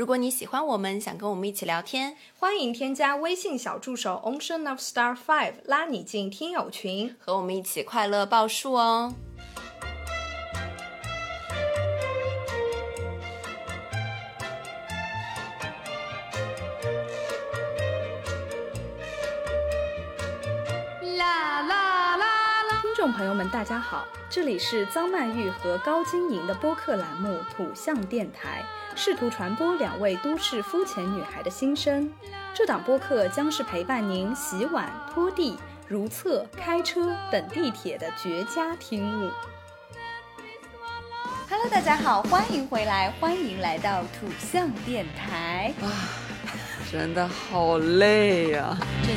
如果你喜欢我们，想跟我们一起聊天， 欢迎添加微信小助手 Ocean of Star 5，拉你进听友群， 和我们一起快乐报数哦。 听众朋友们大家好，这里是张曼玉和高晶莹的播客栏目土象电台，试图传播两位都市肤浅女孩的心声。这档播客将是陪伴您洗碗、拖地、如厕、开车等地铁的绝佳听物。Hello， 大家好，欢迎回来，欢迎来到土象电台。 真的好累啊！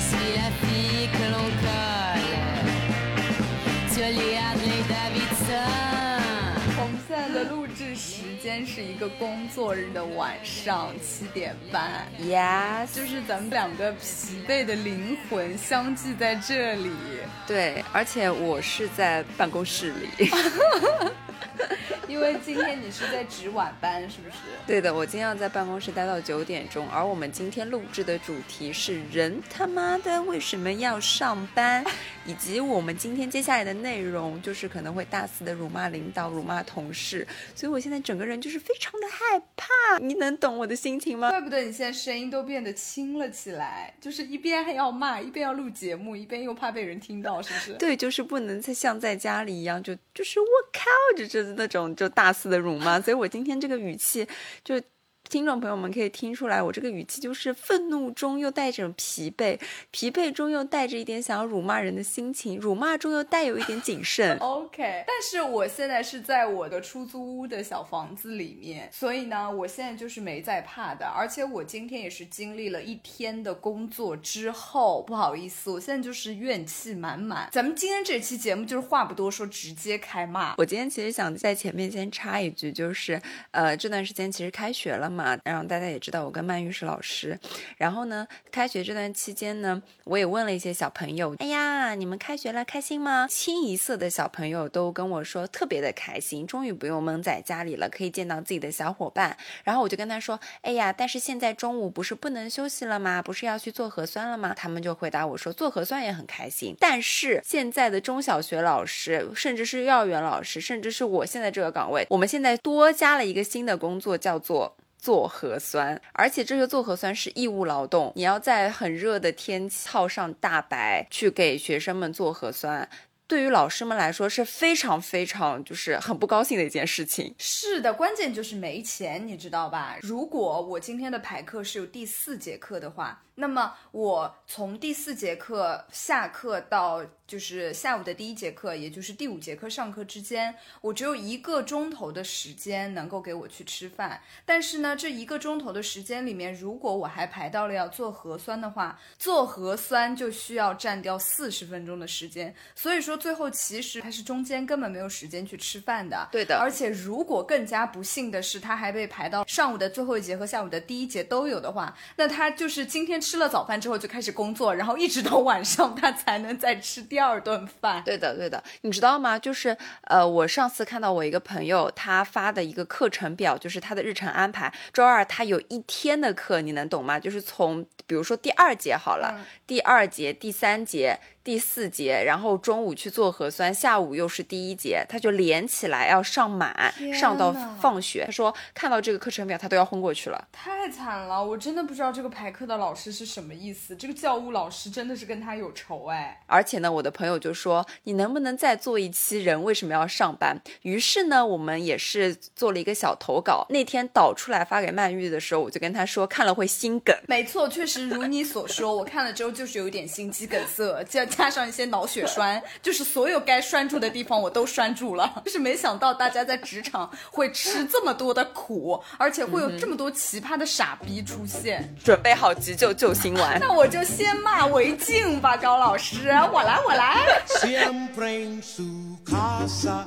我们现在的录制时间是一个工作日的晚上7点半 Yes， 就是咱们两个疲惫的灵魂相聚在这里。 对，而且我是在办公室里。 因为今天你是在值晚班是不是？ 对的，我今天要在办公室待到9点钟，而我们今天录制的主题是人他妈的为什么要上班，以及我们今天接下来的内容就是可能会大肆的辱骂领导、辱骂同事，所以我现在整个人就是非常的害怕，你能懂我的心情吗？ 怪不得你现在声音都变得轻了起来，就是一边还要骂，一边要录节目，一边又怕被人听到，是不是？ 对，就是不能再像在家里一样，就是我靠，就是那种就大肆的辱骂，所以我今天这个语气，就听众朋友们可以听出来，我这个语气就是愤怒中又带着疲惫，疲惫中又带着一点想要辱骂人的心情，辱骂中又带有一点谨慎。 OK， 但是我现在是在我的出租屋的小房子里面，所以呢，我现在就是没在怕的，而且我今天也是经历了一天的工作之后，不好意思，我现在就是怨气满满。咱们今天这期节目就是话不多说，直接开骂。 我今天其实想在前面先插一句，就是这段时间其实开学了嘛，然后大家也知道我跟曼玉是老师，然后呢开学这段期间呢，我也问了一些小朋友，哎呀你们开学了开心吗？清一色的小朋友都跟我说特别的开心，终于不用闷在家里了，可以见到自己的小伙伴。然后我就跟他说，哎呀但是现在中午不是不能休息了吗？不是要去做核酸了吗？他们就回答我说做核酸也很开心，但是现在的中小学老师甚至是幼儿园老师，甚至是我现在这个岗位，我们现在多加了一个新的工作，叫做核酸，而且这个做核酸是义务劳动，你要在很热的天气套上大白去给学生们做核酸，对于老师们来说是非常非常就是很不高兴的一件事情。 是的，关键就是没钱，你知道吧？如果我今天的排课是有第4节课的话，那么我从第4节课下课到就是下午的第1节课，也就是第5节课上课之间，我只有1个钟头的时间能够给我去吃饭。但是呢，这1个钟头的时间里面，如果我还排到了要做核酸的话，做核酸就需要占掉40分钟的时间，所以说最后其实它是中间根本没有时间去吃饭的。 对的， 而且如果更加不幸的是，他还被排到上午的最后1节和下午的第1节都有的话，那他就是今天吃了早饭之后就开始工作，然后一直到晚上他才能再吃第2顿饭。 对的对的，你知道吗？就是我上次看到我一个朋友他发的一个课程表，就是他的日程安排，周二他有1天的课，你能懂吗？就是从比如说第2节好了，第2节、第3节、第4节，然后中午去做核酸，下午又是第1节，他就连起来要上满，上到放学。他说看到这个课程表他都要昏过去了， 太惨了，我真的不知道这个排课的老师是什么意思，这个教务老师真的是跟他有仇哎。 而且呢，我的朋友就说你能不能再做一期人为什么要上班？于是呢，我们也是做了一个小投稿，那天导出来发给曼玉的时候，我就跟他说看了会心梗。 没错，确实如你所说，我看了之后就是有一点心肌梗塞，加上一些脑血栓，就是所有该拴住的地方我都拴住了。就是没想到大家在职场会吃这么多的苦，而且会有这么多奇葩的傻逼出现。 准备好急救救心丸。 那我就先骂违禁吧，高老师，我来。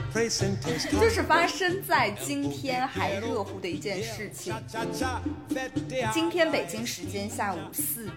就是发生在今天还热乎的一件事情。今天北京时间下午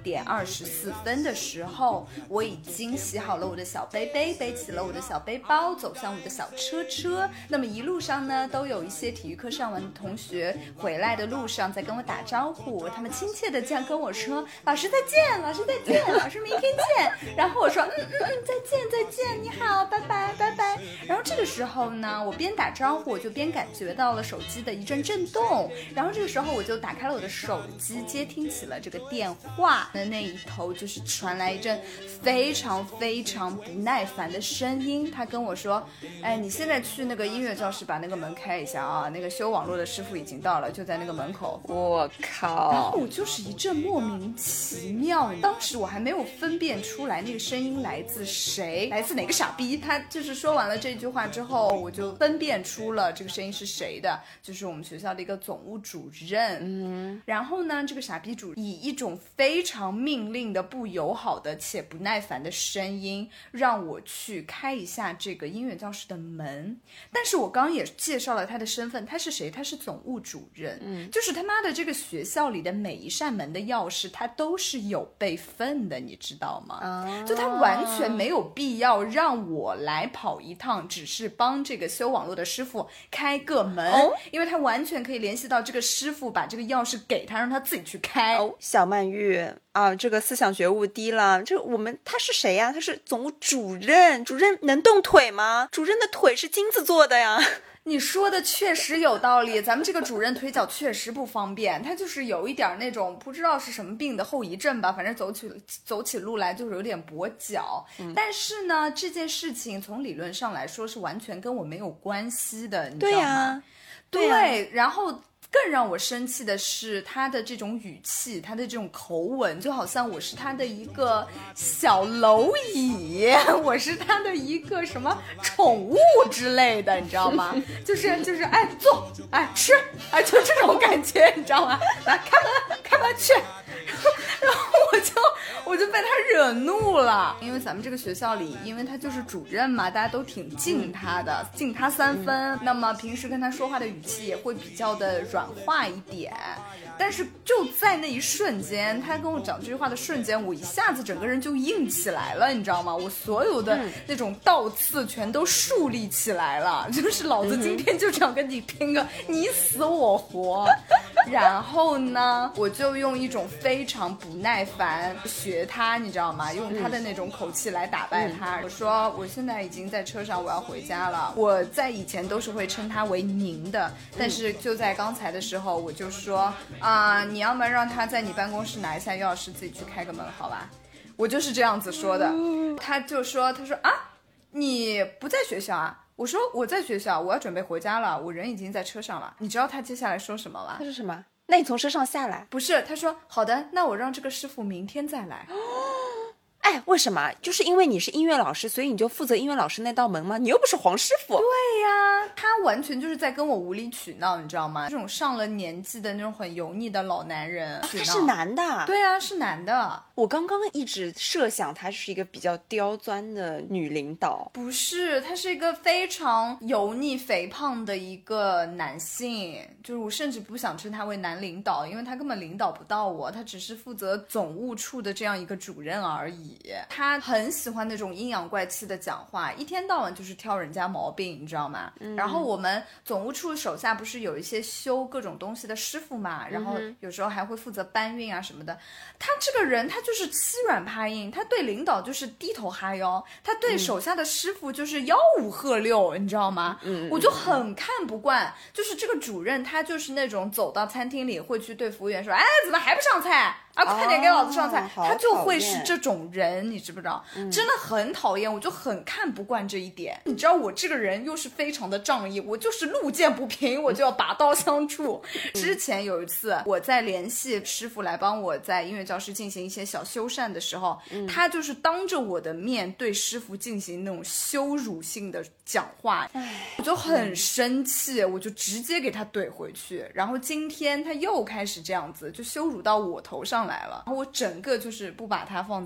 4:24的时候，我已经洗好了我的小杯杯，背起了我的小背包，走向我的小车车。那么一路上呢，都有一些体育课上完的同学回来的路上在跟我打招呼，他们亲切的这样跟我说：“老师再见，老师再见，老师明天见。”然后我说：“再见再见，你好，拜拜拜拜。”然后这个时候呢，我边打招呼，我就边感觉到了手机的一阵震动，然后这个时候我就打开了我的手机，接听起了这个电话的那一头，就是传来一阵非常非常不耐烦的声音。他跟我说：“哎，你现在去那个音乐教室把那个门开一下啊，那个修网络的师傅已经到了，就在那个门口。” 我靠！ 然后我就是一阵莫名其妙，当时我还没有分辨出来那个声音来自谁，来自哪个傻逼。他就是说完了这句话之后，我就分辨出了这个声音是谁的，就是我们学校的一个总务主任。然后呢，这个傻逼主以一种非常命令的不友好的且不耐烦的声音让我去开一下这个音乐教室的门。但是我刚刚也介绍了他的身份，他是谁？他是总务主任。就是他妈的这个学校里的每一扇门的钥匙他都是有备份的，你知道吗？就他完全没有必要让我来跑一趟，只是帮这个修网络的师傅开个门，因为他完全可以联系到这个师傅，把这个钥匙给他，让他自己去开。 小曼玉啊，这个思想觉悟低了。他是谁呀？他是总务主任，主任能动腿吗？主任的腿是金子做的呀。 你说的确实有道理，咱们这个主任腿脚确实不方便，他就是有一点那种不知道是什么病的后遗症吧，反正走起路来就是有点跛脚。但是呢，这件事情从理论上来说是完全跟我没有关系的，你知道吗？对，然后更让我生气的是他的这种语气，他的这种口吻，就好像我是他的一个小蝼蚁，我是他的一个什么宠物之类的，你知道吗？就是哎坐哎吃哎，就这种感觉，你知道吗？来开门去。然后我就被他惹怒了，因为咱们这个学校里，因为他就是主任嘛，大家都挺敬他的，敬他3分。那么平时跟他说话的语气也会比较的软化一点。但是就在那一瞬间，他跟我讲这句话的瞬间，我一下子整个人就硬起来了，你知道吗？我所有的那种倒刺全都树立起来了，就是老子今天就这样跟你拼个你死我活。然后呢，我就用一种非常不耐烦学他，你知道吗？用他的那种口气来打败他。我说我现在已经在车上，我要回家了。我在以前都是会称他为您的，但是就在刚才的时候，我就说你要么让他在你办公室拿一下钥匙，自己去开个门，好吧？我就是这样子说的。他说你不在学校啊？我说我在学校，我要准备回家了，我人已经在车上了。你知道他接下来说什么吗？ 他说什么？那你从车上下来？ 不是，他说好的，那我让这个师傅明天再来。 哎，为什么？就是因为你是音乐老师，所以你就负责音乐老师那道门吗？你又不是黄师傅。 对呀，他完全就是在跟我无理取闹，你知道吗？这种上了年纪的那种很油腻的老男人。 他是男的？ 对啊，是男的。 我刚刚一直设想他是一个比较刁钻的女领导。 不是，他是一个非常油腻肥胖的一个男性，就是我甚至不想称他为男领导，因为他根本领导不到我，他只是负责总务处的这样一个主任而已。他很喜欢那种阴阳怪气的讲话，一天到晚就是挑人家毛病，你知道吗？然后我们总务处手下不是有一些修各种东西的师傅嘛，然后有时候还会负责搬运啊什么的。他这个人他就是欺软怕硬，他对领导就是低头哈腰，他对手下的师傅就是吆五喝六，你知道吗？我就很看不惯，就是这个主任他就是那种走到餐厅里会去对服务员说，哎，怎么还不上菜啊？快点给老子上菜，他就会是这种人，你知不知道？真的很讨厌，我就很看不惯这一点。你知道我这个人又是非常的仗义，我就是路见不平我就要拔刀相助。之前有一次我在联系师傅来帮我在音乐教室进行一些小修缮的时候，他就是当着我的面对师傅进行那种羞辱性的讲话，我就很生气，我就直接给他怼回去。然后今天他又开始这样子，就羞辱到我头上来了，然后我整个就是不把他放在眼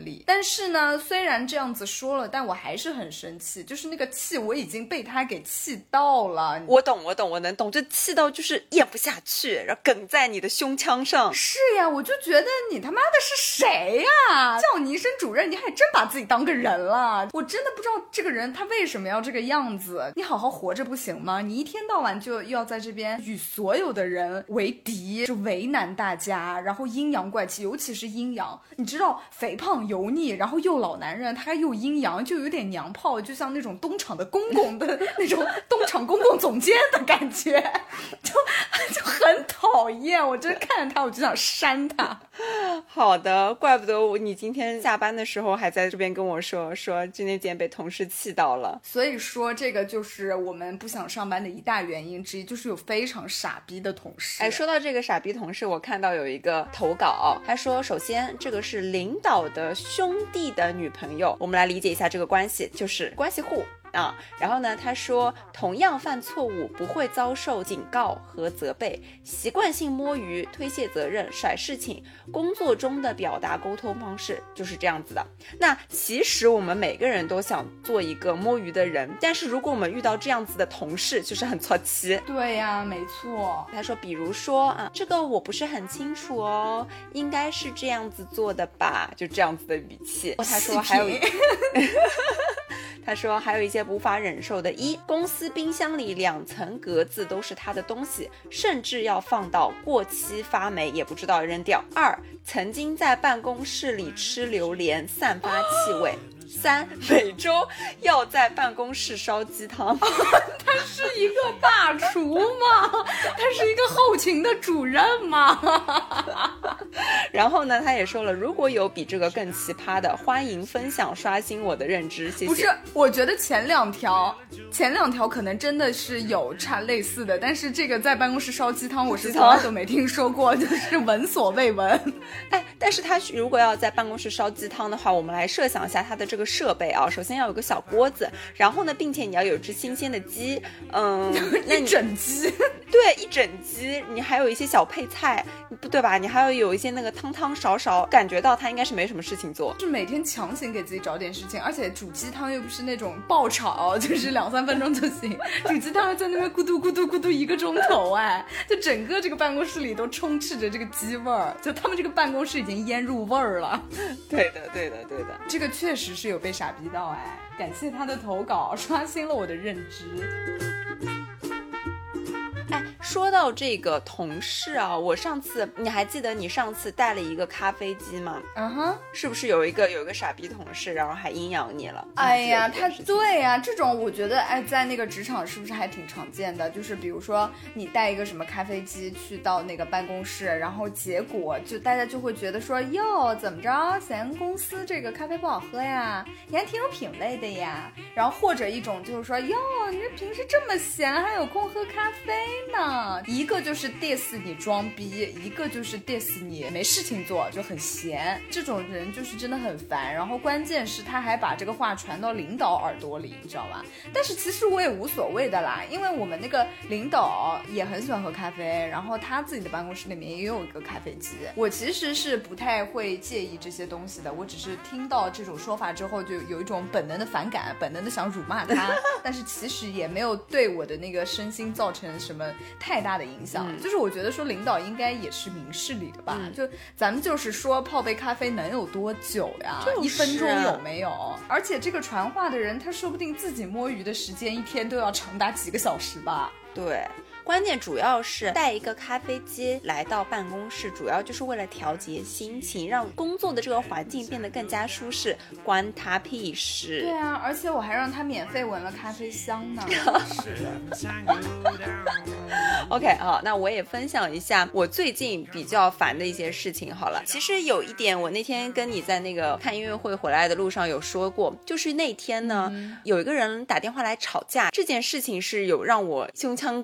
能力。但是呢，虽然这样子说了，但我还是很生气，就是那个气我已经被他给气到了。 我懂，我能懂，就气到就是咽不下去，然后梗在你的胸腔上。 是呀，我就觉得你他妈的是谁呀？叫你一声主任，你还真把自己当个人了。我真的不知道这个人他为什么要这个样子。你好好活着不行吗？你一天到晚就要在这边与所有的人为敌，就为难大家，然后阴阳怪气，尤其是阴阳。你知道肥胖油腻，然后又老男人，他还又阴阳，就有点娘炮，就像那种东厂的公公的那种东厂公共总监的感觉，就很讨厌。我真看着他我就想扇他。 好的，怪不得你今天下班的时候还在这边跟我说今天被同事气到了。 所以说这个就是我们不想上班的一大原因之一，就是有非常傻逼的同事。 说到这个傻逼同事，我看到有一个投稿，他说首先这个是领导的兄弟的女朋友，我们来理解一下这个关系，就是关系户然后呢，他说同样犯错误不会遭受警告和责备，习惯性摸鱼、推卸责任、甩事情，工作中的表达沟通方式就是这样子的。那其实我们每个人都想做一个摸鱼的人，但是如果我们遇到这样子的同事，就是很挫气。 对呀，没错。 他说比如说这个我不是很清楚哦，应该是这样子做的吧，就这样子的语气。他说还有他说还有一些无法忍受的：一，公司冰箱里2层格子都是他的东西，甚至要放到过期发霉也不知道扔掉。2，曾经在办公室里吃榴莲散发气味。3，每周要在办公室烧鸡汤。 他是一个大厨吗？他是一个后勤的主任吗？ 然后呢，他也说了，如果有比这个更奇葩的，欢迎分享，刷新我的认知，谢谢。 不是，我觉得前两条可能真的是有差类似的，但是这个在办公室烧鸡汤，我是从来都没听说过，就是闻所未闻。 但是他如果要在办公室烧鸡汤的话，我们来设想一下他的这个设备啊，首先要有个小锅子，然后呢，并且你要有只新鲜的鸡， 一整鸡， 对，一整鸡，你还有一些小配菜，对吧？你还要有一些那个汤勺，感觉到他应该是没什么事情做， 是每天强行给自己找点事情，而且煮鸡汤又不是那种爆炒，就是2-3分钟就行，煮鸡汤在那边咕嘟咕嘟咕嘟1个钟头，就整个这个办公室里都充斥着这个鸡味儿，就他们这个办公室已经腌入味儿了。 对的， 这个确实是有被傻逼到，感谢他的投稿，刷新了我的认知。 说到这个同事啊，我上次你还记得你上次带了一个咖啡机吗？是不是有一个傻逼同事，然后还阴阳你了？ 哎呀，对呀，这种我觉得在那个职场是不是还挺常见的？就是比如说你带一个什么咖啡机去到那个办公室，然后结果就大家就会觉得说，哟，怎么着，咱公司这个咖啡不好喝呀？你还挺有品味的呀。然后或者一种就是说，哟，你这平时这么闲，还有空喝咖啡呢？一个就是 diss 你装逼，一个就是 diss 你没事情做就很闲，这种人就是真的很烦。然后关键是他还把这个话传到领导耳朵里，你知道吧？但是其实我也无所谓的啦，因为我们那个领导也很喜欢喝咖啡，然后他自己的办公室里面也有一个咖啡机，我其实是不太会介意这些东西的，我只是听到这种说法之后就有一种本能的反感，本能的想辱骂他，但是其实也没有对我的那个身心造成什么太大的影响，就是我觉得说领导应该也是明事理的吧，就咱们就是说泡杯咖啡能有多久呀？1分钟有没有？而且这个传话的人他说不定自己摸鱼的时间一天都要长达几个小时吧。 对，关键主要是带一个咖啡机来到办公室，主要就是为了调节心情，让工作的这个环境变得更加舒适，关他屁事。 对啊，而且我还让他免费闻了咖啡香呢。是 OK 好，那我也分享一下我最近比较烦的一些事情好了。其实有一点，我那天跟你在那个看音乐会回来的路上有说过，就是那天呢，有一个人打电话来吵架，这件事情是有让我胸腔哽住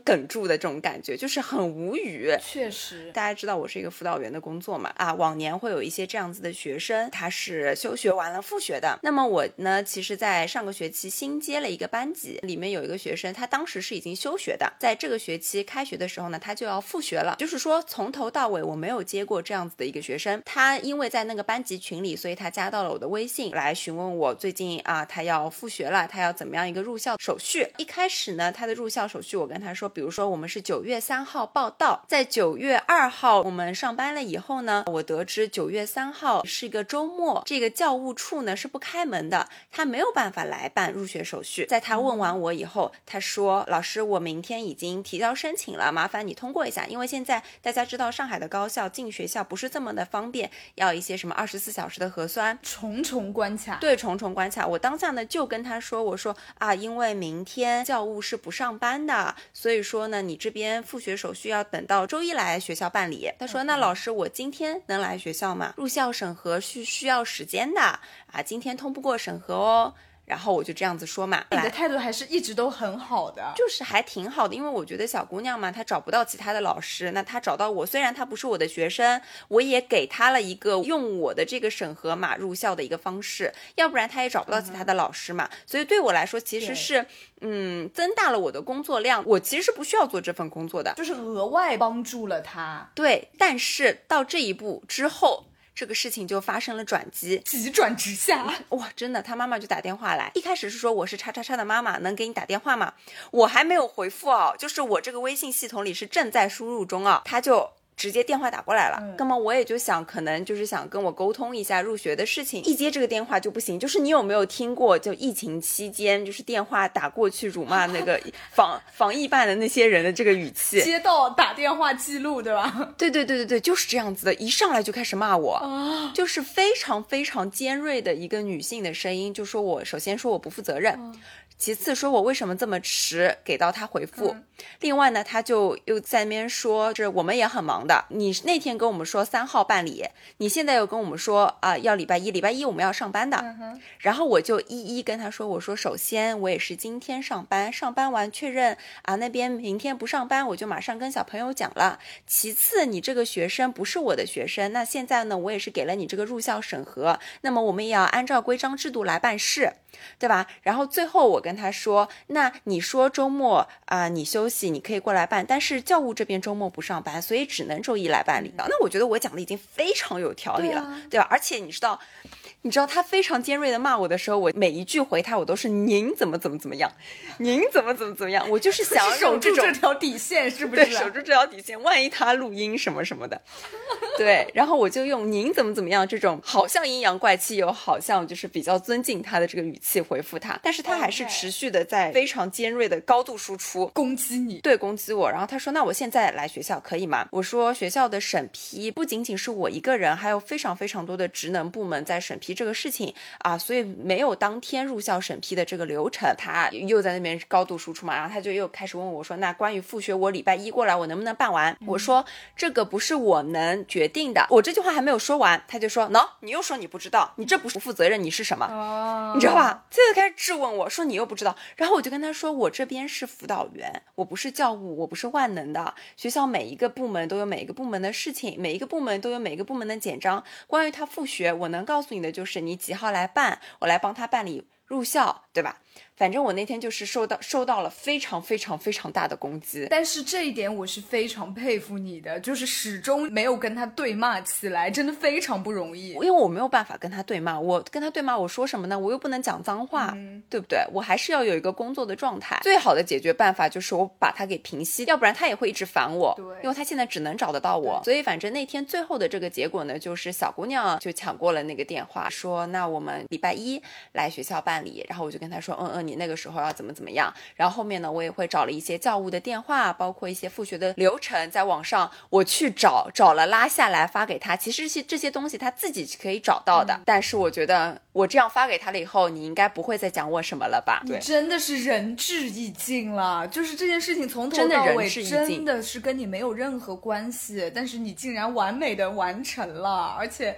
负的这种感觉，就是很无语。 确实， 大家知道我是一个辅导员的工作嘛，往年会有一些这样子的学生，他是休学完了复学的。那么我呢，其实在上个学期新接了一个班级，里面有一个学生，他当时是已经休学的，在这个学期开学的时候呢，他就要复学了。就是说从头到尾我没有接过这样子的一个学生，他因为在那个班级群里，所以他加到了我的微信来询问我最近他要复学了，他要怎么样一个入校手续。一开始呢，他的入校手续我跟他说，比如说我们是9月3号报到，在9月2号我们上班了以后呢，我得知9月3号是一个周末，这个教务处呢是不开门的，他没有办法来办入学手续。在他问完我以后，他说老师，我明天已经提交申请了，麻烦你通过一下，因为现在大家知道上海的高校进学校不是这么的方便，要一些什么24小时的核酸， 重重关卡。 对，重重关卡。我当下呢就跟他说，我说因为明天教务是不上班的，所以说呢你这边复学手续要等到周一来学校办理。他说那老师，我今天能来学校吗？入校审核是需要时间的今天通不过审核哦。然后我就这样子说嘛， 你的态度还是一直都很好的， 就是还挺好的，因为我觉得小姑娘嘛，她找不到其他的老师，那她找到我，虽然她不是我的学生，我也给她了一个用我的这个审核码入校的一个方式，要不然她也找不到其他的老师嘛，所以对我来说其实是增大了我的工作量，我其实是不需要做这份工作的， 就是额外帮助了她。 对，但是到这一步之后，这个事情就发生了转机， 急转直下。 哇，真的，他妈妈就打电话来，一开始是说我是叉叉叉的妈妈，能给你打电话吗？我还没有回复就是我这个微信系统里是正在输入中他就直接电话打过来了，那么我也就想可能就是想跟我沟通一下入学的事情，一接这个电话就不行，就是你有没有听过就疫情期间就是电话打过去辱骂那个防疫办的那些人的这个语气， 接到打电话记录对吧？ 对，就是这样子的，一上来就开始骂我就是非常非常尖锐的一个女性的声音，就说我首先说我不负责任其次说我为什么这么迟给到他回复另外呢他就又在那边说是我们也很忙的，你那天跟我们说3号办理，你现在又跟我们说要礼拜一我们要上班的然后我就一一跟他说，我说首先我也是今天上班完确认那边明天不上班，我就马上跟小朋友讲了，其次你这个学生不是我的学生，那现在呢我也是给了你这个入校审核，那么我们也要按照规章制度来办事，对吧？然后最后我跟他说，那你说周末你休息你可以过来办，但是教务这边周末不上班，所以只能周一来办理那我觉得我讲的已经非常有条理了，对吧？而且你知道他非常尖锐的骂我的时候，我每一句回他我都是您怎么样，您怎么样，我就是想要守住这条底线，是不是？ 对，守住这条底线，万一他录音什么什么的对，然后我就用您怎么样这种好像阴阳怪气又好像就是比较尊敬他的这个语气回复他，但是他还是持续的在非常尖锐的高度输出攻击你， 对，攻击我。然后他说那我现在来学校可以吗？我说学校的审批不仅仅是我一个人，还有非常非常多的职能部门在审批这个事情所以没有当天入校审批的这个流程。他又在那边高度输出嘛，然后他就又开始问我说那关于复学我礼拜一过来我能不能办完我说这个不是我能决定的，我这句话还没有说完他就说你又说你不知道，你这不是不负责任，你是什么你知道吧？这就开始质问我说你又不知道，然后我就跟他说我这边是辅导员，我不是教务，我不是万能的，学校每一个部门都有每一个部门的事情，每一个部门都有每个部门的简章，关于他复学我能告诉你的就是你几号来办，我来帮他办理入校，对吧？反正我那天就是受到了非常非常非常大的攻击， 但是这一点我是非常佩服你的，就是始终没有跟他对骂起来，真的非常不容易。 因为我没有办法跟他对骂，我跟他对骂我说什么呢？我又不能讲脏话对不对？我还是要有一个工作的状态，最好的解决办法就是我把他给平息，要不然他也会一直烦我， 对， 因为他现在只能找得到我。所以反正那天最后的这个结果呢，就是小姑娘就抢过了那个电话，说那我们礼拜一来学校办理，然后我就跟他说你那个时候要怎么样，然后后面呢我也会找了一些教务的电话，包括一些复学的流程，在网上我去找了拉下来发给他，其实这些东西他自己可以找到的但是我觉得我这样发给他了以后，你应该不会再讲我什么了吧？ 你真的是仁至义尽了，就是这件事情从头到尾真的是跟你没有任何关系，但是你竟然完美的完成了，而且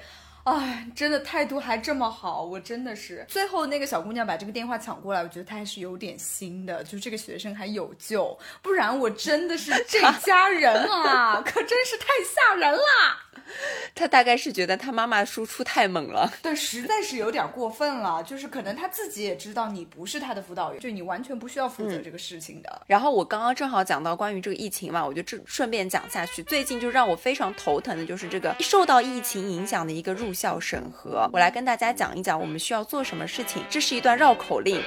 哎，真的态度还这么好，我真的是。最后那个小姑娘把这个电话抢过来，我觉得她还是有点心的，就这个学生还有救，不然我真的是这家人啊，可真是太吓人啦。 他大概是觉得他妈妈输出太猛了， 对，实在是有点过分了，就是可能他自己也知道你不是他的辅导员，就你完全不需要负责这个事情的。 然后我刚刚正好讲到关于这个疫情嘛，我就顺便讲下去。最近就让我非常头疼的就是这个受到疫情影响的一个入校审核，我来跟大家讲一讲我们需要做什么事情。这是一段绕口令。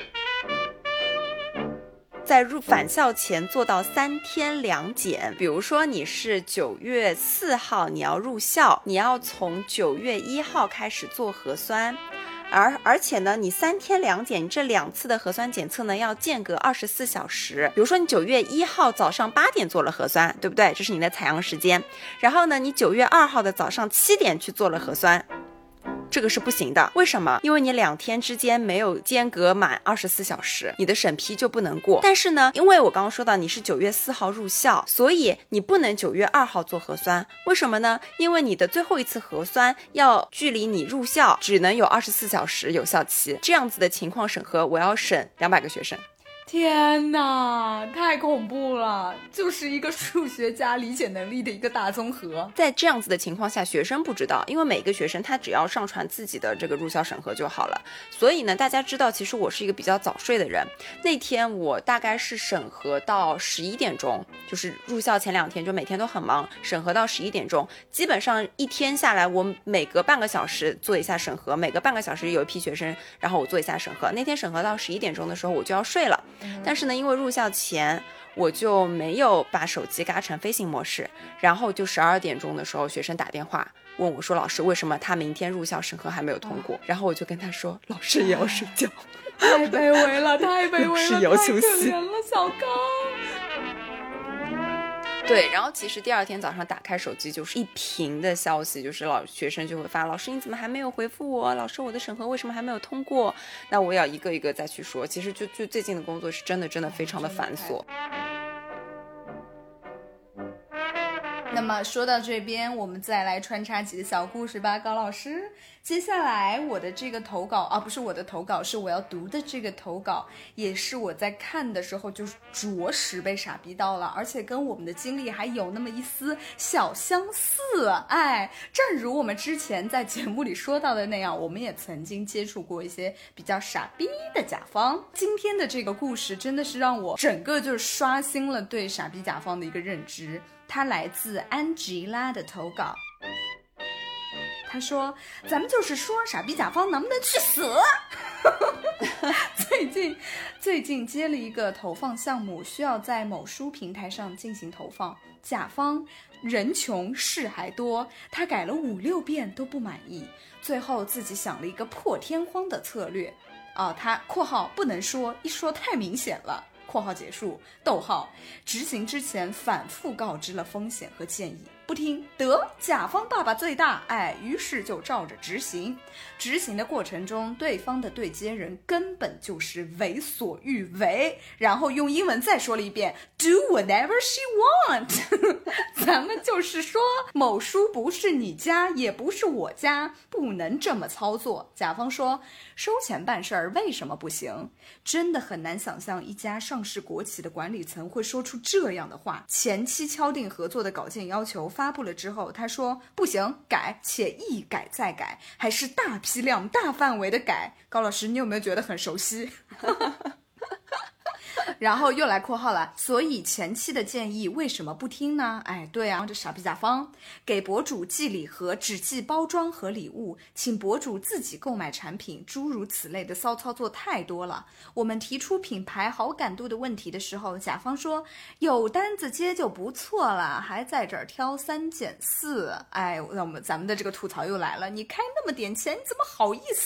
在返校前做到3天2检，比如说你是9月4号你要入校，你要从9月1号开始做核酸，而且呢，你3天2检，这2次的核酸检测呢要间隔24小时。比如说你9月1号早上8点做了核酸，对不对？这是你的采样时间。然后呢，你9月2号的早上7点去做了核酸。这个是不行的，为什么？因为你2天之间没有间隔满24小时，你的审批就不能过。但是呢，因为我刚刚说到你是9月4号入校，所以你不能9月2号做核酸。为什么呢？因为你的最后一次核酸要距离你入校只能有24小时有效期。这样子的情况审核，我要审200个学生。 天哪，太恐怖了，就是一个数学加理解能力的一个大综合。 在这样子的情况下，学生不知道，因为每个学生他只要上传自己的这个入校审核就好了。所以呢，大家知道其实我是一个比较早睡的人，那天我大概是审核到11点钟，就是入校前2天就每天都很忙，审核到11点钟，基本上一天下来我每隔半个小时做一下审核，每隔半个小时有一批学生，然后我做一下审核。那天审核到11点钟的时候我就要睡了，但是呢，因为入校前我就没有把手机嘎成飞行模式，然后就12点钟的时候学生打电话问我说，老师为什么他明天入校审核还没有通过？然后我就跟他说，老师也要睡觉。 太卑微了，太卑微了， 是要休息， 太可怜了，小刚。 对，然后其实第2天早上打开手机就是一屏的消息，就是学生就会发，老师你怎么还没有回复我？老师我的审核为什么还没有通过？那我也要一个一个再去说。其实就最近的工作是真的非常的繁琐。 那么说到这边，我们再来穿插几个小故事吧，高老师。接下来我的这个投稿不是我的投稿，是我要读的这个投稿，也是我在看的时候就是着实被傻逼到了，而且跟我们的经历还有那么一丝小相似。正如我们之前在节目里说到的那样，我们也曾经接触过一些比较傻逼的甲方。今天的这个故事真的是让我整个就是刷新了对傻逼甲方的一个认知。它来自安吉拉的投稿，他说，咱们就是说傻逼甲方能不能去死。最近接了一个投放项目，需要在某书平台上进行投放，甲方人穷事还多，他改了5、6遍都不满意，最后自己想了一个破天荒的策略他括号不能说，一说太明显了，括号结束，逗号，执行之前反复告知了风险和建议，不听，得甲方爸爸最大，于是就照着执行。执行的过程中，对方的对接人根本就是为所欲为，然后用英文再说了一遍 Do whatever she want 咱们就是说，某书不是你家，也不是我家，不能这么操作。甲方说，收钱办事儿为什么不行？真的很难想象一家上市国企的管理层会说出这样的话。前期敲定合作的稿件要求发布了之后，他说不行，改，且一改再改，还是大批量大范围的改。高老师，你有没有觉得很熟悉？然后又来括号了，所以前期的建议为什么不听呢？对啊，这傻逼甲方给博主寄礼盒，只寄包装和礼物，请博主自己购买产品，诸如此类的骚操作太多了。我们提出品牌好感度的问题的时候，甲方说有单子接就不错了，还在这儿挑3拣4。咱们的这个吐槽又来了，你开那么点钱，你怎么好意思？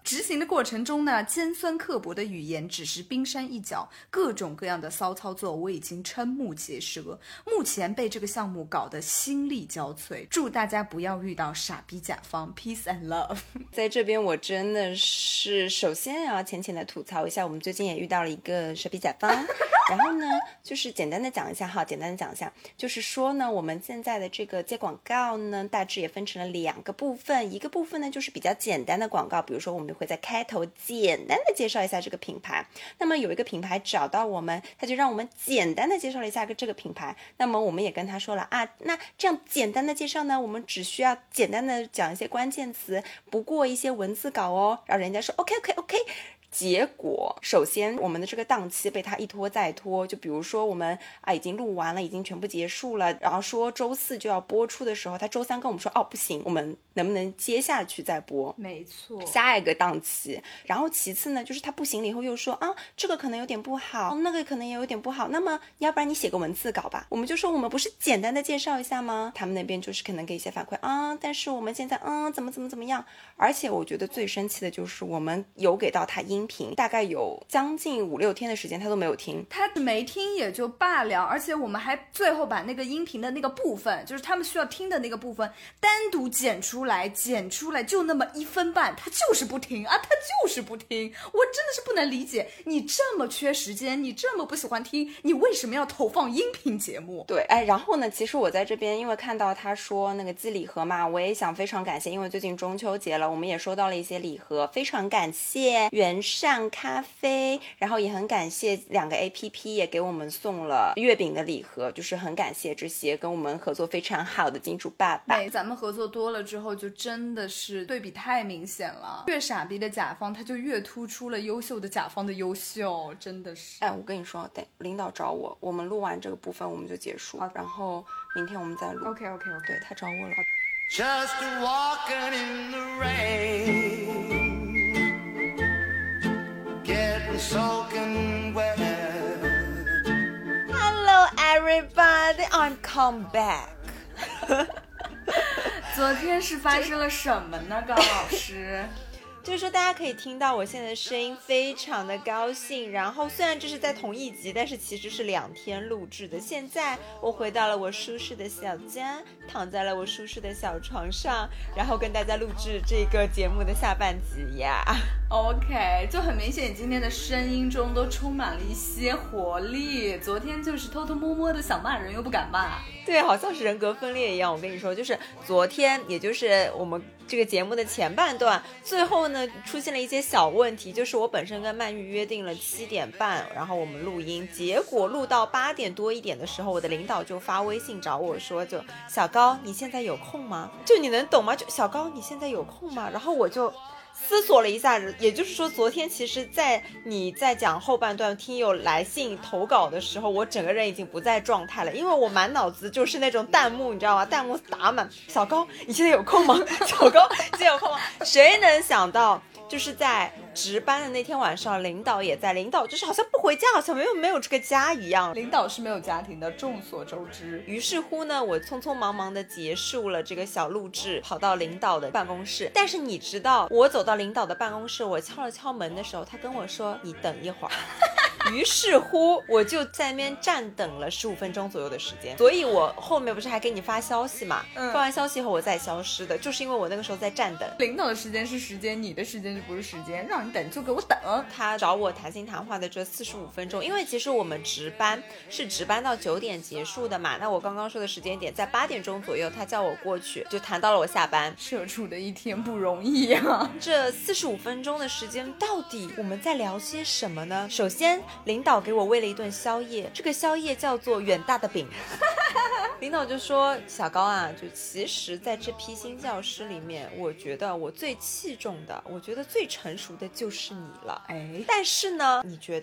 执行的过程中呢，尖酸刻薄的语言只是冰山一角，各种各样的骚操作我已经瞠目结舌，目前被这个项目搞得心力交瘁。祝大家不要遇到傻逼甲方 ，peace and love。 在这边我真的是首先要浅浅的吐槽一下，我们最近也遇到了一个傻逼甲方。然后呢，就是简单的讲一下，就是说呢，我们现在的这个接广告呢，大致也分成了2个部分，一个部分呢就是比较简单的广告，比如说我们会在开头简单的介绍一下这个品牌，那么有一个品牌找到我们，他就让我们简单的介绍了一下这个品牌，那么我们也跟他说了啊，那这样简单的介绍呢，我们只需要简单的讲一些关键词，不过一些文字稿哦，然后人家说 OK，结果首先我们的这个档期被他一拖再拖，就比如说我们已经录完了，已经全部结束了，然后说周4就要播出的时候，他周3跟我们说不行，我们能不能接下去再播， 没错， 下一个档期。然后其次呢，就是他不行了以后又说这个可能有点不好，那个可能也有点不好，那么要不然你写个文字稿吧。我们就说我们不是简单的介绍一下吗？他们那边就是可能给一些反馈但是我们现在怎么样。而且我觉得最生气的就是我们有给到他音频，大概有将近5-6天的时间他都没有听， 他没听也就罢了，而且我们还最后把那个音频的那个部分，就是他们需要听的那个部分单独剪出来就那么1分半，他就是不听他就是不听。我真的是不能理解，你这么缺时间，你这么不喜欢听，你为什么要投放音频节目？ 对，然后呢，其实我在这边因为看到他说那个寄礼盒嘛，我也想非常感谢，因为最近中秋节了，我们也收到了一些礼盒，非常感谢原上咖啡，然后也很感谢2个 APP 也给我们送了月饼的礼盒，就是很感谢这些跟我们合作非常好的金主爸爸。 咱们合作多了之后，就真的是对比太明显了，越傻逼的甲方他就越突出了优秀的甲方的优秀，真的是。 我跟你说，等领导找我们录完这个部分我们就结束，然后明天我们再录。 OK， 对，他找我了。 Just walking in the rain, getting soaking wet. Hello everybody, I'm come back. 昨天是发生了什么呢，高老师？ 就是说大家可以听到我现在的声音非常的高兴，然后虽然这是在同一集，但是其实是2天录制的。现在我回到了我舒适的小家，躺在了我舒适的小床上，然后跟大家录制这个节目的下半集呀。 OK， 就很明显，你今天的声音中都充满了一些活力。昨天就是偷偷摸摸的想骂人又不敢骂， 对，好像是人格分裂一样。我跟你说，就是昨天，也就是我们这个节目的前半段，最后呢出现了一些小问题，就是我本身跟曼玉约定了7点半，然后我们录音，结果录到8点多1点的时候，我的领导就发微信找我说，就小高，你现在有空吗？就你能懂吗？就小高，你现在有空吗？然后我就思索了一下，也就是说昨天其实你在讲后半段听友来信投稿的时候，我整个人已经不在状态了，因为我满脑子就是那种弹幕，你知道吗？弹幕打满，小高你现在有空吗？小高你现在有空吗？谁能想到就是在值班的那天晚上，领导也在，领导就是好像不回家，好像没有这个家一样。 领导是没有家庭的，众所周知。 于是乎呢，我匆匆忙忙的结束了这个小录制，跑到领导的办公室。但是你知道，我走到领导的办公室，我敲了敲门的时候，他跟我说你等一会儿。于是乎我就在那边站等了15分钟左右的时间，所以我后面不是还给你发消息嘛，发完消息以后我再消失的，就是因为我那个时候在站等。 领导的时间是时间，你的时间就不是时间，让你等就给我等。 他找我谈心谈话的这45分钟，因为其实我们值班到9点结束的嘛，那我刚刚说的时间点在8点钟左右，他叫我过去，就谈到了我下班。 社畜的一天不容易啊， 这45分钟的时间到底我们在聊些什么呢？首先领导给我喂了一顿宵夜，这个宵夜叫做远大的饼。领导就说，小高啊，就其实在这批新教师里面，我觉得我最器重的，我觉得最成熟的就是你了。但是呢，你觉得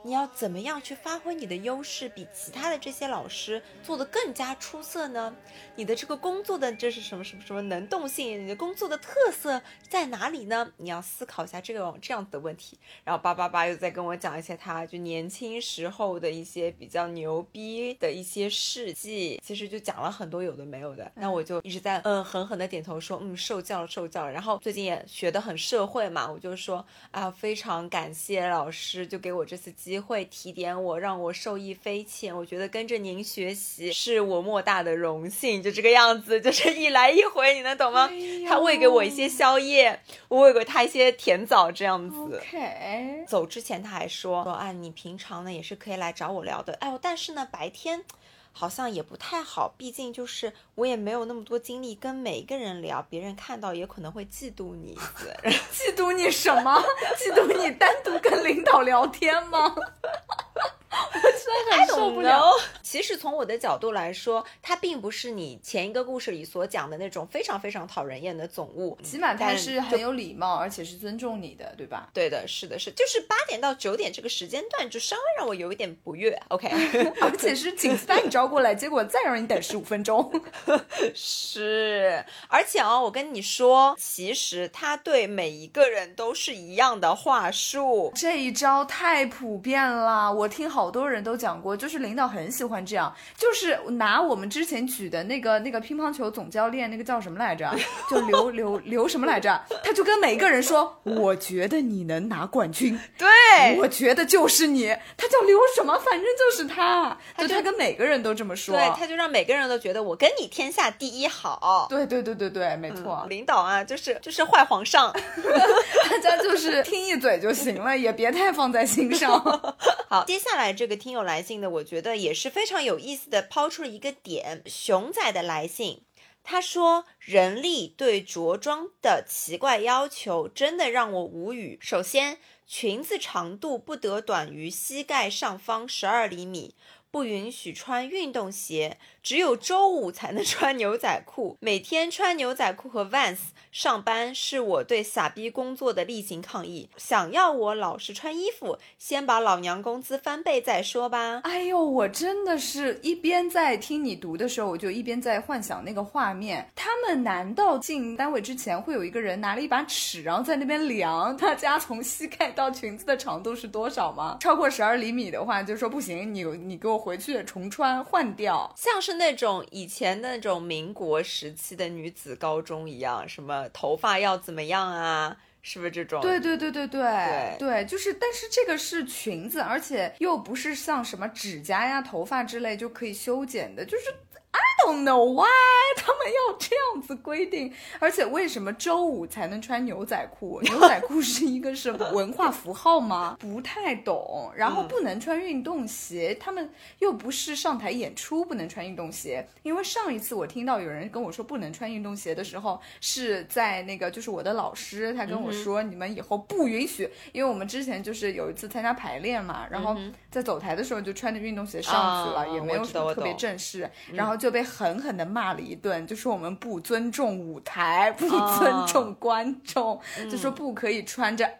你要怎么样去发挥你的优势，比其他的这些老师做得更加出色呢？你的这个工作的这是什么能动性，你的工作的特色在哪里呢？你要思考一下这样子的问题。然后888又在跟我讲一些他就年轻时候的一些比较牛逼的一些事迹，其实就讲了很多有的没有的。那我就一直在狠狠的点头说受教了。然后最近也学得很社会嘛，我就说非常感谢老师，就给我这次机会提点我，让我受益匪浅。我觉得跟着您学习是我莫大的荣幸，就这个样子，就是一来一回，你能懂吗？他喂给我一些宵夜，我喂给他一些甜枣，这样子。 OK， 走之前他还说你平常呢也是可以来找我聊的。但是呢白天好像也不太好，毕竟就是我也没有那么多精力跟每一个人聊，别人看到也可能会嫉妒你。 嫉妒你什么？嫉妒你单独跟领导聊天吗？我真的很受不了。 其实从我的角度来说，他并不是你前一个故事里所讲的那种非常非常讨人厌的总务， 起码他是很有礼貌，而且是尊重你的，对吧？ 对的，是的，就是8点到9点这个时间段，就稍微让我有一点不悦。OK， 而且是紧急把你招过来，结果再让你等15分钟。 是，而且我跟你说，其实他对每一个人都是一样的话术。 这一招太普遍了，我听好多人都讲过，就是领导很喜欢这样，就是拿我们之前举的那个乒乓球总教练，那个叫什么来着？就刘什么来着？他就跟每个人说，我觉得你能拿冠军， 对， 我觉得就是你。他叫刘什么，反正就是他，就他跟每个人都这么说， 对，他就让每个人都觉得我跟你天下第一好。 对，没错。 领导就是坏皇上， 大家就是听一嘴就行了，也别太放在心上。 好，接下来这个听友来信的，我觉得也是非常有意思的，抛出了一个点。熊仔的来信，他说人力对着装的奇怪要求真的让我无语。首先，裙子长度不得短于膝盖上方12厘米，不允许穿运动鞋，只有周五才能穿牛仔裤。每天穿牛仔裤和 Vans 上班是我对傻逼工作的例行抗议。想要我老实穿衣服，先把老娘工资翻倍再说吧。 哎呦，我真的是一边在听你读的时候，我就一边在幻想那个画面。他们难道进单位之前会有一个人拿了一把尺，然后在那边量大家从膝盖到裙子的长度是多少吗？超过12厘米的话，就说不行，你给我回去重穿换掉。 像是那种以前那种民国时期的女子高中一样，什么头发要怎么样啊，是不是这种？ 对，就是，但是这个是裙子，而且又不是像什么指甲呀、头发之类就可以修剪的，就是I don't know why 他们要这样子规定，而且为什么周五才能穿牛仔裤？牛仔裤是一个是文化符号吗？不太懂。然后不能穿运动鞋，他们又不是上台演出不能穿运动鞋。因为上一次我听到有人跟我说不能穿运动鞋的时候，是在那个就是我的老师，他跟我说你们以后不允许，因为我们之前就是有一次参加排练嘛，然后在走台的时候就穿着运动鞋上去了，也没有什么特别正式，然后就被狠狠地骂了一顿，就说我们不尊重舞台，不尊重观众，就说不可以穿着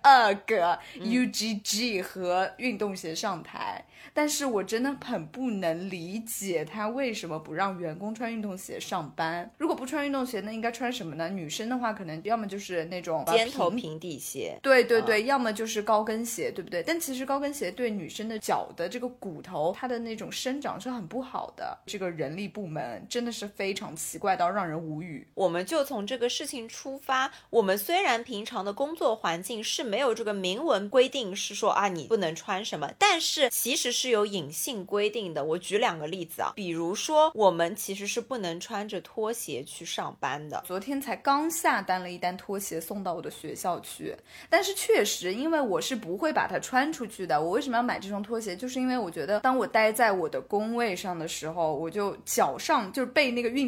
UGG 和运动鞋上台。但是我真的很不能理解他为什么不让员工穿运动鞋上班。如果不穿运动鞋，那应该穿什么呢？女生的话可能要么就是那种尖头平底鞋， 对，要么就是高跟鞋，对不对？但其实高跟鞋对女生的脚的这个骨头，它的那种生长是很不好的。这个人力部门真的是非常奇怪到让人无语。 我们就从这个事情出发，我们虽然平常的工作环境是没有这个明文规定是说你不能穿什么，但是其实是有隐性规定的。我举2个例子比如说我们其实是不能穿着拖鞋去上班的。 昨天才刚下单了一单拖鞋送到我的学校去，但是确实因为我是不会把它穿出去的。我为什么要买这双拖鞋，就是因为我觉得当我待在我的工位上的时候，我就脚上就是被那个运动鞋给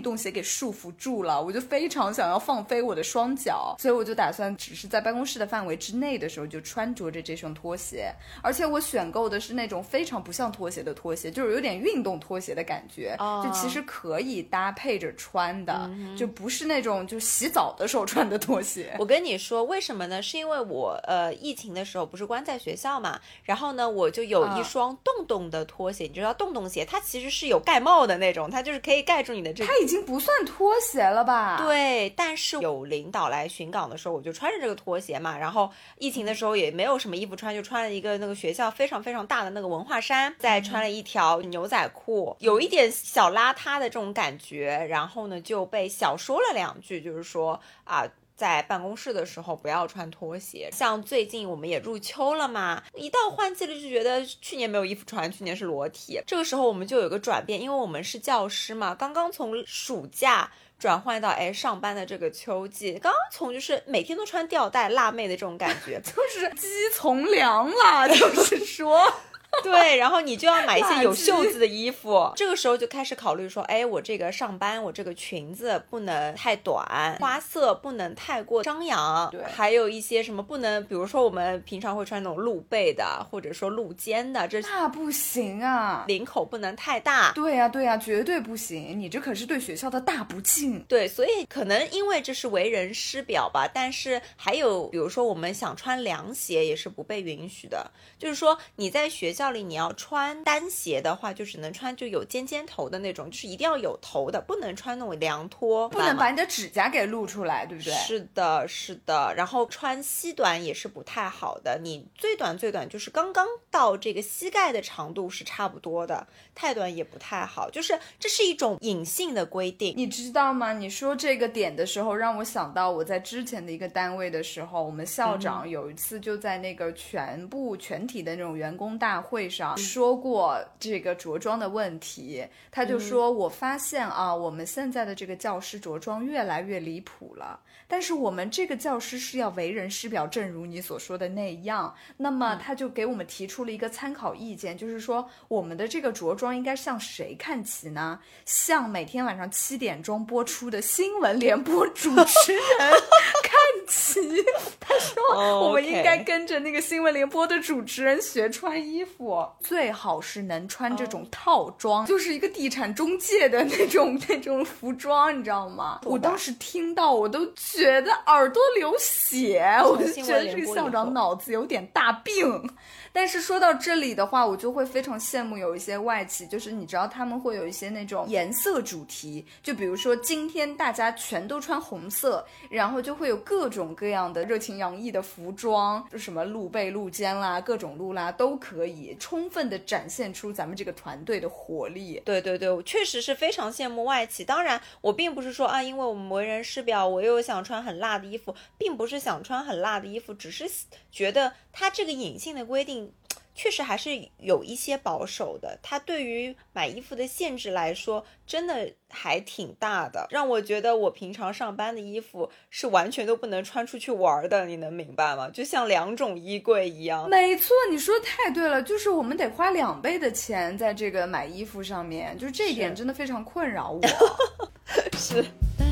束缚住了，我就非常想要放飞我的双脚，所以我就打算只是在办公室的范围之内的时候就穿着着这双拖鞋，而且我选购的是那种非常不像拖鞋的拖鞋，就是有点运动拖鞋的感觉，就其实可以搭配着穿的，就不是那种就洗澡的时候穿的拖鞋。 我跟你说为什么呢？是因为我疫情的时候不是关在学校嘛，然后呢我就有一双洞洞的拖鞋，你知道洞洞鞋它其实是有盖帽的那种，它就是可以盖住你的这个， 它已经不算拖鞋了吧？ 对，但是有领导来巡岗的时候我就穿着这个拖鞋嘛，然后疫情的时候也没有什么衣服穿，就穿了一个那个学校非常非常大的那个文化衫，再穿了一条牛仔裤，有一点小邋遢的这种感觉，然后呢就被小说了2句，就是说在办公室的时候不要穿拖鞋。像最近我们也入秋了嘛，一到换季了就觉得去年没有衣服穿，去年是裸体，这个时候我们就有个转变，因为我们是教师嘛，刚刚从暑假转换到上班的这个秋季，刚刚从就是每天都穿吊带辣妹的这种感觉就是鸡从良了，就是说对，然后你就要买一些有袖子的衣服，这个时候就开始考虑说，我这个上班我这个裙子不能太短，花色不能太过张扬， 对， 还有一些什么不能，比如说我们平常会穿那种露背的或者说露肩的， 那不行啊， 领口不能太大， 对呀对呀，绝对不行，你这可是对学校的大不敬。 对，所以可能因为这是为人师表吧，但是还有比如说我们想穿凉鞋也是不被允许的，就是说你在学校里你要穿单鞋的话就只能穿就有尖尖头的那种，就是一定要有头的，不能穿那种凉拖， 不能把你的指甲给露出来，对不对？ 是的是的，然后穿西短也是不太好的，你最短就是刚刚到这个膝盖的长度是差不多的，太短也不太好，就是这是一种隐性的规定。 你知道吗？你说这个点的时候让我想到我在之前的一个单位的时候，我们校长有一次就在那个全体的那种员工大会上说过这个着装的问题，他就说我发现我们现在的这个教师着装越来越离谱了，但是我们这个教师是要为人师表，正如你所说的那样，那么他就给我们提出了一个参考意见，就是说我们的这个着装应该向谁看齐呢？向每天晚上7点钟播出的新闻联播主持人看齐。他说我们应该跟着那个新闻联播的主持人学穿衣服，最好是能穿这种套装，就是一个地产中介的那种服装，你知道吗？我当时听到我都觉得耳朵流血，我就觉得这个校长脑子有点大病。但是说到这里的话，我就会非常羡慕有一些外企，就是你知道他们会有一些那种颜色主题，就比如说今天大家全都穿红色，然后就会有各种各样的热情洋溢的服装，就什么露背露肩啦，各种露啦都可以，充分的展现出咱们这个团队的活力。 对对对，我确实是非常羡慕外企。当然我并不是说因为我们为人师表我又想穿很辣的衣服，并不是想穿很辣的衣服，只是觉得它这个隐性的规定确实还是有一些保守的，它对于买衣服的限制来说真的还挺大的，让我觉得我平常上班的衣服是完全都不能穿出去玩的，你能明白吗？就像2种衣柜一样。 没错，你说的太对了，就是我们得花2倍的钱在这个买衣服上面，就是这一点真的非常困扰我。 是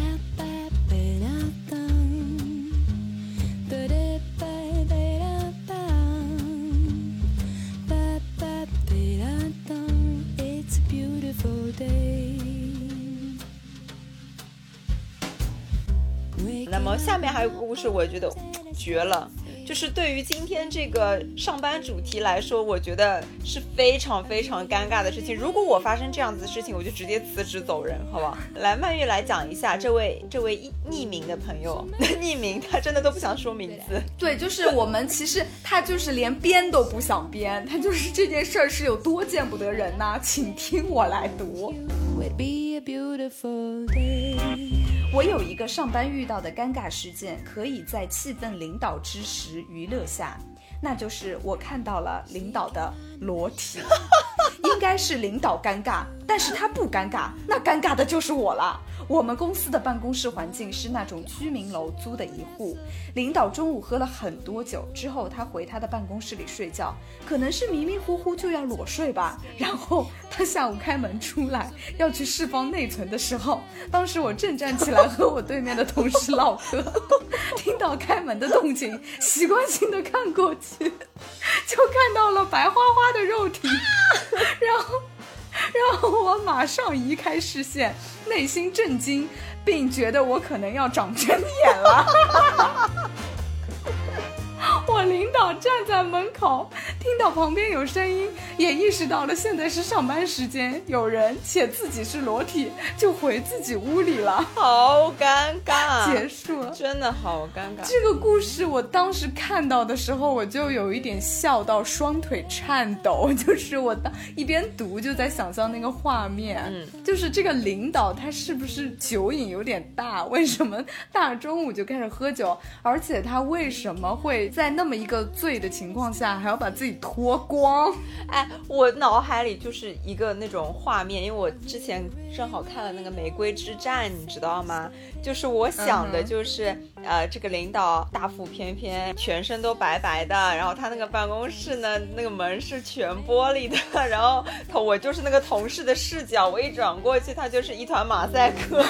那么下面还有个故事我觉得绝了，就是对于今天这个上班主题来说，我觉得是非常非常尴尬的事情。如果我发生这样子的事情，我就直接辞职走人，好不好？来，曼玉来讲一下这位匿名的朋友，匿名他真的都不想说名字。 对，就是我们其实他就是连编都不想编，他就是这件事儿是有多见不得人呐，请听我来读。我有一个上班遇到的尴尬事件，可以在气氛领导之时娱乐下，那就是我看到了领导的裸体。应该是领导尴尬，但是他不尴尬，那尴尬的就是我了。 我们公司的办公室环境是那种居民楼租的一户，领导中午喝了很多酒之后，他回他的办公室里睡觉，可能是迷迷糊糊就要裸睡吧。然后他下午开门出来要去释放内存的时候，当时我正站起来和我对面的同事唠嗑，听到开门的动静，习惯性的看过去，就看到了白花花的肉体，然后我马上移开视线，内心震惊，并觉得我可能要长针眼了。我领导站在门口，听到旁边有声音，也意识到了现在是上班时间，有人且自己是裸体，就回自己屋里了。 好尴尬， 结束了， 真的好尴尬。 这个故事我当时看到的时候，我就有一点笑到双腿颤抖，就是我一边读就在想象那个画面，就是这个领导他是不是酒瘾有点大？为什么大中午就开始喝酒？而且他为什么会在那么一个醉的情况下还要把自己脱光？ 哎，我脑海里就是一个那种画面，因为我之前正好看了那个《玫瑰之战》，你知道吗？就是我想的就是，这个领导大腹翩翩，全身都白白的，然后他那个办公室呢，那个门是全玻璃的，然后我就是那个同事的视角，我一转过去，他就是一团马赛克。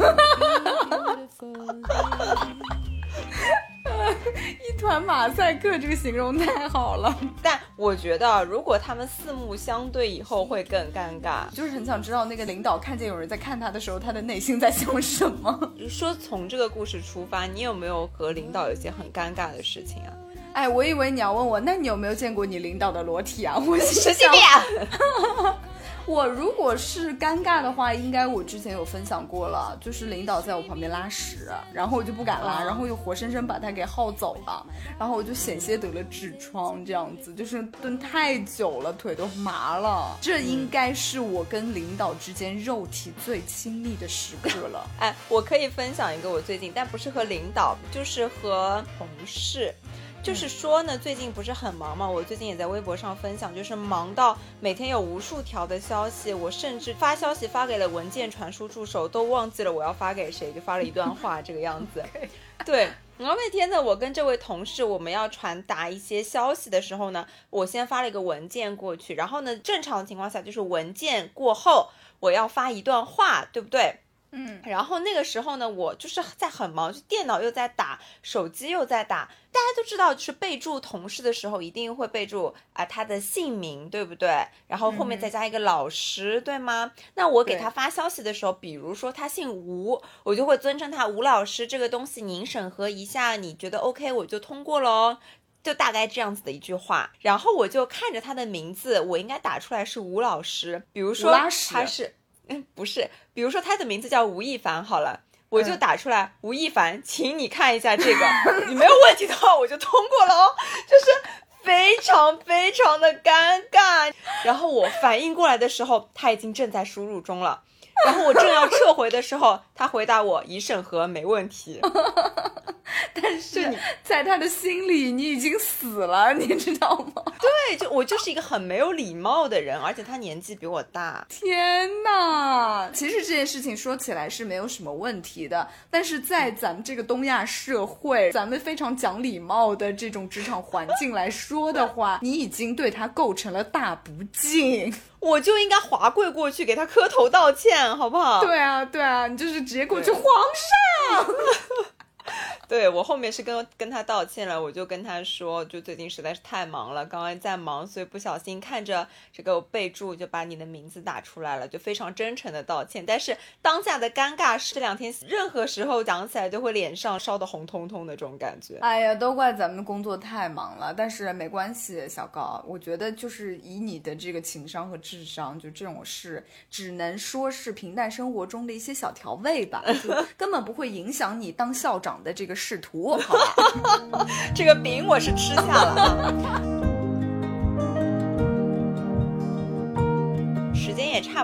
一团马赛克，这个形容太好了。 但我觉得如果他们四目相对以后会更尴尬， 就是很想知道那个领导看见有人在看他的时候，他的内心在想什么。 说从这个故事出发，你有没有和领导有一些很尴尬的事情啊？ 哎，我以为你要问我，那你有没有见过你领导的裸体啊？我神经病啊！ 我如果是尴尬的话，应该我之前有分享过了，就是领导在我旁边拉屎，然后我就不敢拉，然后又活生生把他给耗走了，然后我就险些得了痔疮，这样子就是蹲太久了，腿都麻了。这应该是我跟领导之间肉体最亲密的时刻了。 哎，我可以分享一个我最近，但不是和领导，就是和同事。就是说呢，最近不是很忙嘛，我最近也在微博上分享，就是忙到每天有无数条的消息，我甚至发消息发给了文件传输助手，都忘记了我要发给谁，就发了一段话这个样子。对，然后那天呢，我跟这位同事我们要传达一些消息的时候呢，我先发了一个文件过去，然后呢，正常的情况下就是文件过后我要发一段话，对不对？然后那个时候呢，我就是在很忙，就电脑又在打，手机又在打。大家都知道，就是备注同事的时候一定会备注他的姓名，对不对？然后后面再加一个老师，对吗？那我给他发消息的时候，比如说他姓吴，我就会尊称他吴老师，这个东西您审核一下，你觉得 OK 我就通过了哦。就大概这样子的一句话，然后我就看着他的名字，我应该打出来是吴老师，比如说他是不是，比如说他的名字叫吴亦凡好了，我就打出来吴亦凡，请你看一下这个，你没有问题的话我就通过了哦，就是非常非常的尴尬。然后我反应过来的时候，他已经正在输入中了，然后我正要撤回的时候，他回答我已审核，没问题。 但是在他的心里你已经死了，你知道吗？ 对，就我就是一个很没有礼貌的人，而且他年纪比我大。 天哪，其实这件事情说起来是没有什么问题的，但是在咱们这个东亚社会，咱们非常讲礼貌的这种职场环境来说的话，你已经对他构成了大不敬， 我就应该滑跪过去给他磕头道歉，好不好？ 对啊对啊，你就是直接过去，皇上对，我后面是跟他道歉了，我就跟他说，就最近实在是太忙了，刚刚在忙，所以不小心看着这个备注就把你的名字打出来了，就非常真诚的道歉。但是当下的尴尬是这两天任何时候讲起来就会脸上烧得红彤彤的这种感觉。 哎呀，都怪咱们工作太忙了，但是没关系，小高，我觉得就是以你的这个情商和智商，就这种事只能说是平淡生活中的一些小调味吧，就根本不会影响你当校长的这个仕途，好吧？ 这个饼我是吃下了。时间也差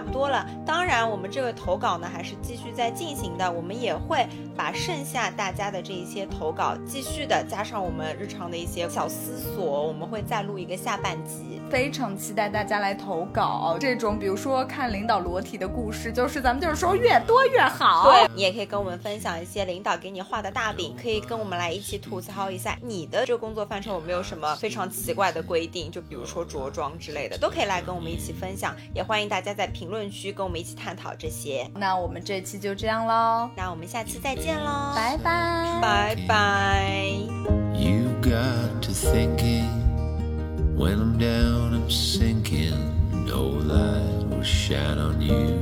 不多了。当然我们这个投稿呢还是继续在进行的，我们也会把剩下大家的这一些投稿继续的加上我们日常的一些小思索，我们会再录一个下半集。 非常期待大家来投稿，这种比如说看领导裸体的故事，就是咱们就是说越多越好。 对，你也可以跟我们分享一些领导给你画的大饼，可以跟我们来一起吐槽一下你的这个工作范畴有没有什么非常奇怪的规定，就比如说着装之类的，都可以来跟我们一起分享，也欢迎大家在评论区跟我们一起探讨这些。 那我们这期就这样咯， 那我们下期再见咯， 拜拜拜拜。 You got to thinking when I'm down, I'm sinking. No light will shine on you.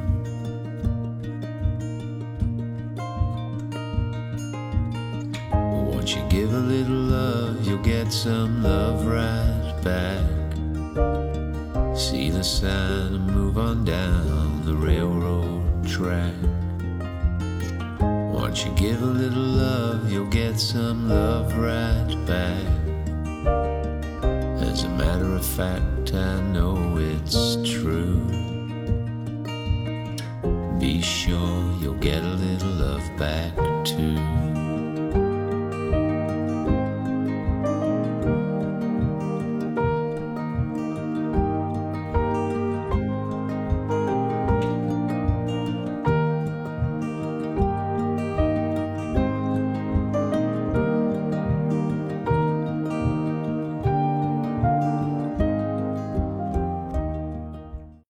Once you give a little love, you'll get some love right back. See the sign and move on down the railroad track. Once you give a little love, you'll get some love right back. As a matter of fact, I know it's true. Be sure you'll get a little love back too.